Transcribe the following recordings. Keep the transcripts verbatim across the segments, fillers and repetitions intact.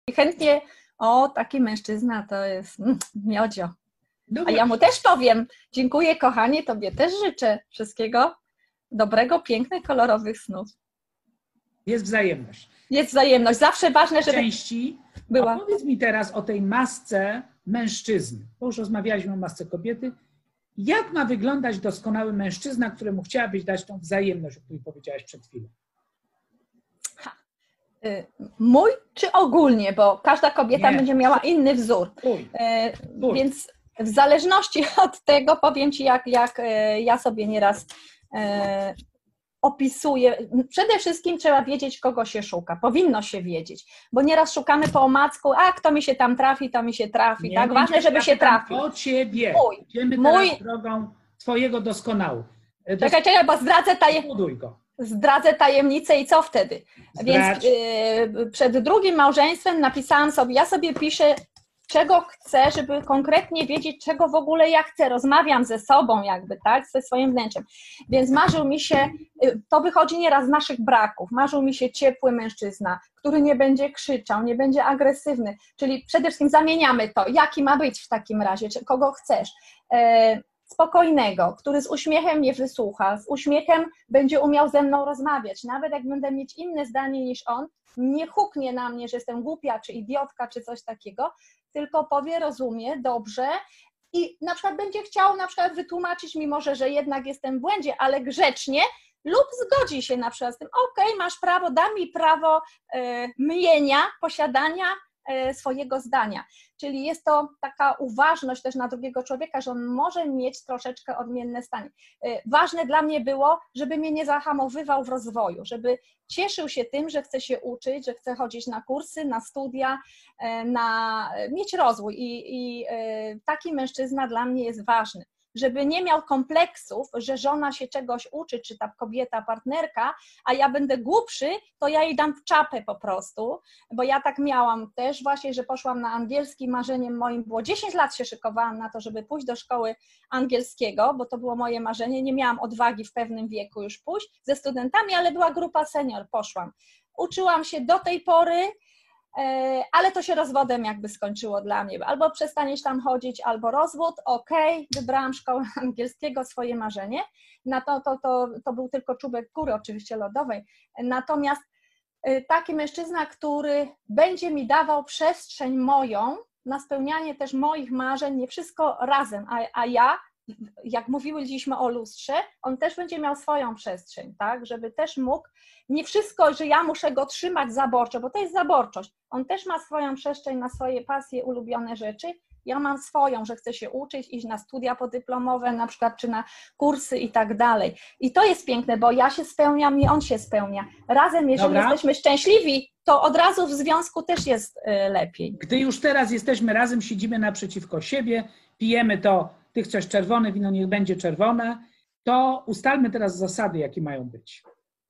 I chętnie, o, taki mężczyzna to jest mm, miodzio. No A ja mu też powiem, dziękuję kochanie, tobie też życzę wszystkiego dobrego, pięknych, kolorowych snów. Jest wzajemność. Jest wzajemność. Zawsze ważne, żeby Części. była. A powiedz mi teraz o tej masce mężczyzny, bo już rozmawialiśmy o masce kobiety. Jak ma wyglądać doskonały mężczyzna, któremu chciałabyś dać tą wzajemność, o której powiedziałaś przed chwilą? Ha. Mój czy ogólnie, bo każda kobieta Nie. będzie miała inny wzór. Twój. E, Twój. Więc w zależności od tego powiem Ci, jak, jak e, ja sobie nieraz e, opisuję. Przede wszystkim trzeba wiedzieć, kogo się szuka. Powinno się wiedzieć, bo nieraz szukamy po omacku, a kto mi się tam trafi, to mi się trafi. Nie, tak? nie, Ważne, nie, żeby ja się pytam trafił. o Ciebie. Mój. Idziemy Mój. teraz drogą Twojego doskonału. Czekaj, czekaj, bo zdradzę, taje... Buduj go. zdradzę tajemnicę i co wtedy? Zdradź. Więc yy, przed drugim małżeństwem napisałam sobie, ja sobie piszę, czego chcę, żeby konkretnie wiedzieć, czego w ogóle ja chcę. Rozmawiam ze sobą jakby, tak, ze swoim wnętrzem. Więc marzył mi się, to wychodzi nieraz z naszych braków, marzył mi się ciepły mężczyzna, który nie będzie krzyczał, nie będzie agresywny, czyli przede wszystkim zamieniamy to, jaki ma być w takim razie, czy kogo chcesz. E, spokojnego, który z uśmiechem mnie wysłucha, z uśmiechem będzie umiał ze mną rozmawiać, nawet jak będę mieć inne zdanie niż on, nie huknie na mnie, że jestem głupia, czy idiotka, czy coś takiego, tylko powie, rozumie, dobrze i na przykład będzie chciał na przykład wytłumaczyć mi może, że jednak jestem w błędzie, ale grzecznie lub zgodzi się na przykład z tym, okej, okay, masz prawo, da mi prawo e, myjenia, posiadania e, swojego zdania. Czyli jest to taka uważność też na drugiego człowieka, że on może mieć troszeczkę odmienne zdanie. E, ważne dla mnie było, żeby mnie nie zahamowywał w rozwoju, żeby cieszył się tym, że chce się uczyć, że chce chodzić na kursy, na studia, na mieć rozwój i, i taki mężczyzna dla mnie jest ważny, żeby nie miał kompleksów, że żona się czegoś uczy, czy ta kobieta, partnerka, a ja będę głupszy, to ja jej dam w czapę po prostu, bo ja tak miałam też właśnie, że poszłam na angielski, marzeniem moim było dziesięć lat się szykowałam na to, żeby pójść do szkoły angielskiego, bo to było moje marzenie, nie miałam odwagi w pewnym wieku już pójść ze studentami, ale była grupa senior, poszłam. Uczyłam się do tej pory, ale to się rozwodem jakby skończyło dla mnie. Albo przestaniesz tam chodzić, albo rozwód, okej, okay, wybrałam szkołę angielskiego, swoje marzenie. Na to, to, to, to był tylko czubek góry, oczywiście lodowej. Natomiast taki mężczyzna, który będzie mi dawał przestrzeń moją na spełnianie też moich marzeń, nie wszystko razem, a, a ja, jak mówiliśmy o lustrze, on też będzie miał swoją przestrzeń, tak, żeby też mógł, nie wszystko, że ja muszę go trzymać zaborczo, bo to jest zaborczość, on też ma swoją przestrzeń na swoje pasje, ulubione rzeczy, ja mam swoją, że chcę się uczyć, iść na studia podyplomowe na przykład, czy na kursy i tak dalej. I to jest piękne, bo ja się spełniam i on się spełnia. Razem, jeżeli Dobra. jesteśmy szczęśliwi, to od razu w związku też jest lepiej. Gdy już teraz jesteśmy razem, siedzimy naprzeciwko siebie, pijemy to, ty chcesz czerwone wino, niech będzie czerwone, to ustalmy teraz zasady, jakie mają być.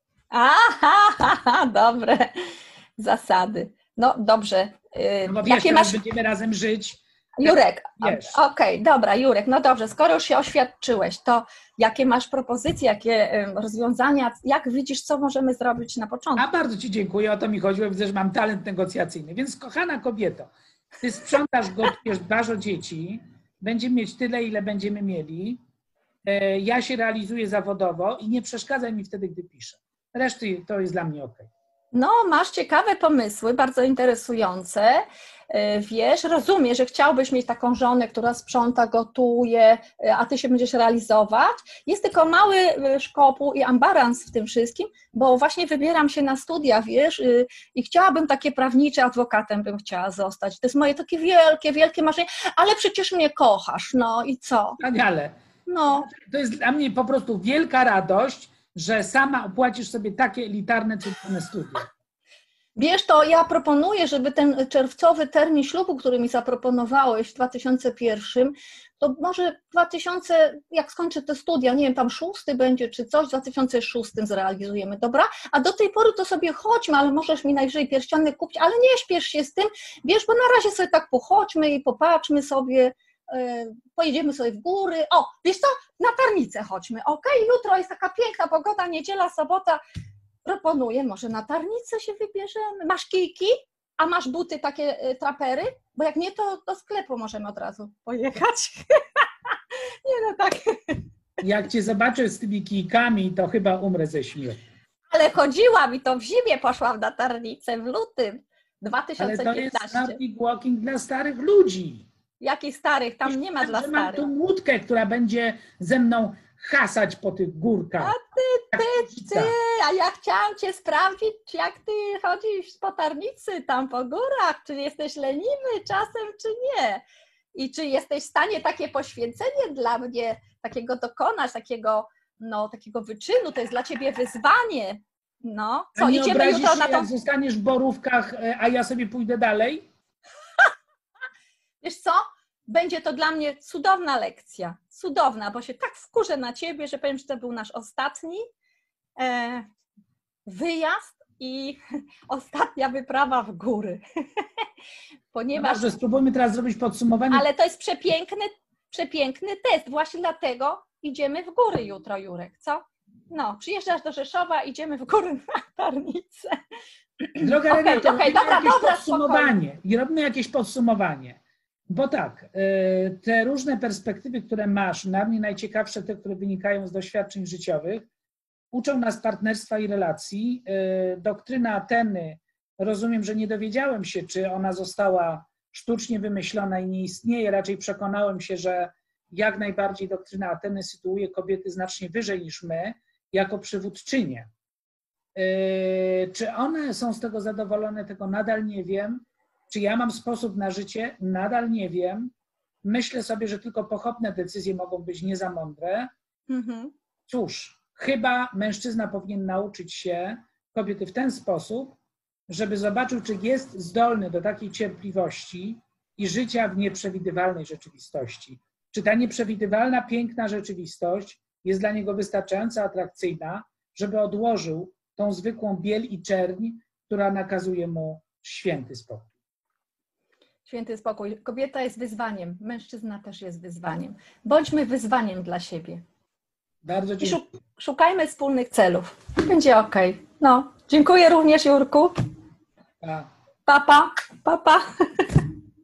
Aha, dobre zasady. No dobrze. No bo wiesz, jakie teraz masz... będziemy razem żyć. Jurek, Wiesz. okej, okay, dobra, Jurek, no dobrze, skoro już się oświadczyłeś, to jakie masz propozycje, jakie rozwiązania, jak widzisz, co możemy zrobić na początku? A bardzo Ci dziękuję, o to mi chodziło, widzę, że mam talent negocjacyjny. Więc kochana kobieto, Ty sprzątasz, gotujesz, dbasz o dzieci, będziemy mieć tyle, ile będziemy mieli, ja się realizuję zawodowo i nie przeszkadzaj mi wtedy, gdy piszę. Reszty to jest dla mnie okej. Okay. No, masz ciekawe pomysły, bardzo interesujące. Wiesz, rozumiem, że chciałbyś mieć taką żonę, która sprząta, gotuje, a ty się będziesz realizować. Jest tylko mały szkopuł i ambarans w tym wszystkim, bo właśnie wybieram się na studia, wiesz, i chciałabym takie prawnicze, adwokatem bym chciała zostać. To jest moje takie wielkie, wielkie marzenie, ale przecież mnie kochasz, no i co? Wspaniale. No. To jest dla mnie po prostu wielka radość, że sama opłacisz sobie takie elitarne, cudowne studia. Wiesz, to ja proponuję, żeby ten czerwcowy termin ślubu, który mi zaproponowałeś w dwa tysiące pierwszym, to może dwa tysiące, jak skończę te studia, nie wiem, tam szósty będzie czy coś, w dwa tysiące szóstym zrealizujemy, dobra? A do tej pory to sobie chodźmy, ale możesz mi najwyżej pierścionek kupić, ale nie śpiesz się z tym, wiesz, bo na razie sobie tak pochodźmy i popatrzmy sobie, yy, pojedziemy sobie w góry. O, wiesz co, na Tarnicę chodźmy, okej? Okay? Jutro jest taka piękna pogoda, niedziela, sobota. Proponuję, może na Tarnicę się wybierzemy. Masz kijki? a masz buty takie trapery? Bo jak nie, to do sklepu możemy od razu pojechać. Nie no, tak. Jak cię zobaczę z tymi kijkami, to chyba umrę ze śmiechu. Ale chodziłam i to w zimie poszłam na Tarnicę w lutym dwa tysiące piętnaście. Ale to jest Nordic Walking dla starych ludzi. Jakich starych? Tam nie ma dla starych. starych. Mam tu łódkę, która będzie ze mną hasać po tych górkach. A ty, ty, ty, a ja chciałam cię sprawdzić, jak ty chodzisz po Tarnicy, tam po górach, czy jesteś leniwy czasem, czy nie. I czy jesteś w stanie takie poświęcenie dla mnie, takiego dokonać, takiego, no, takiego wyczynu, to jest dla ciebie wyzwanie. No, co, a nie idziemy jutro się, na tą... jak zostaniesz w Borówkach, a ja sobie pójdę dalej? Wiesz co? Będzie to dla mnie cudowna lekcja. Cudowna, bo się tak wkurzę na ciebie, że powiem, że to był nasz ostatni e, wyjazd i ostatnia wyprawa w góry. Ponieważ... No dobrze, spróbujmy teraz zrobić podsumowanie. Ale to jest przepiękny, przepiękny test. Właśnie dlatego idziemy w góry jutro, Jurek, co? No, przyjeżdżasz do Rzeszowa, idziemy w góry na Tarnicę. Droga okay, Renato, okay, robimy dobra, jakieś dobra, podsumowanie. spokojnie. I robimy jakieś podsumowanie. Bo tak, te różne perspektywy, które masz, na mnie najciekawsze te, które wynikają z doświadczeń życiowych, uczą nas partnerstwa i relacji. Doktryna Ateny, rozumiem, że nie dowiedziałem się, czy ona została sztucznie wymyślona i nie istnieje. Raczej przekonałem się, że jak najbardziej doktryna Ateny sytuuje kobiety znacznie wyżej niż my, jako przywódczynie. Czy one są z tego zadowolone, tego nadal nie wiem. Czy ja mam sposób na życie? Nadal nie wiem. Myślę sobie, że tylko pochopne decyzje mogą być nie za mądre. Mhm. Cóż, chyba mężczyzna powinien nauczyć się kobiety w ten sposób, żeby zobaczył, czy jest zdolny do takiej cierpliwości i życia w nieprzewidywalnej rzeczywistości. Czy ta nieprzewidywalna, piękna rzeczywistość jest dla niego wystarczająco atrakcyjna, żeby odłożył tą zwykłą biel i czerń, która nakazuje mu święty spokój. Święty spokój. Kobieta jest wyzwaniem, mężczyzna też jest wyzwaniem. Bądźmy wyzwaniem dla siebie. Bardzo dziękuję. I szukajmy wspólnych celów. Będzie okej. Okay. No, dziękuję również, Jurku. Pa. Papa, papa. Pa.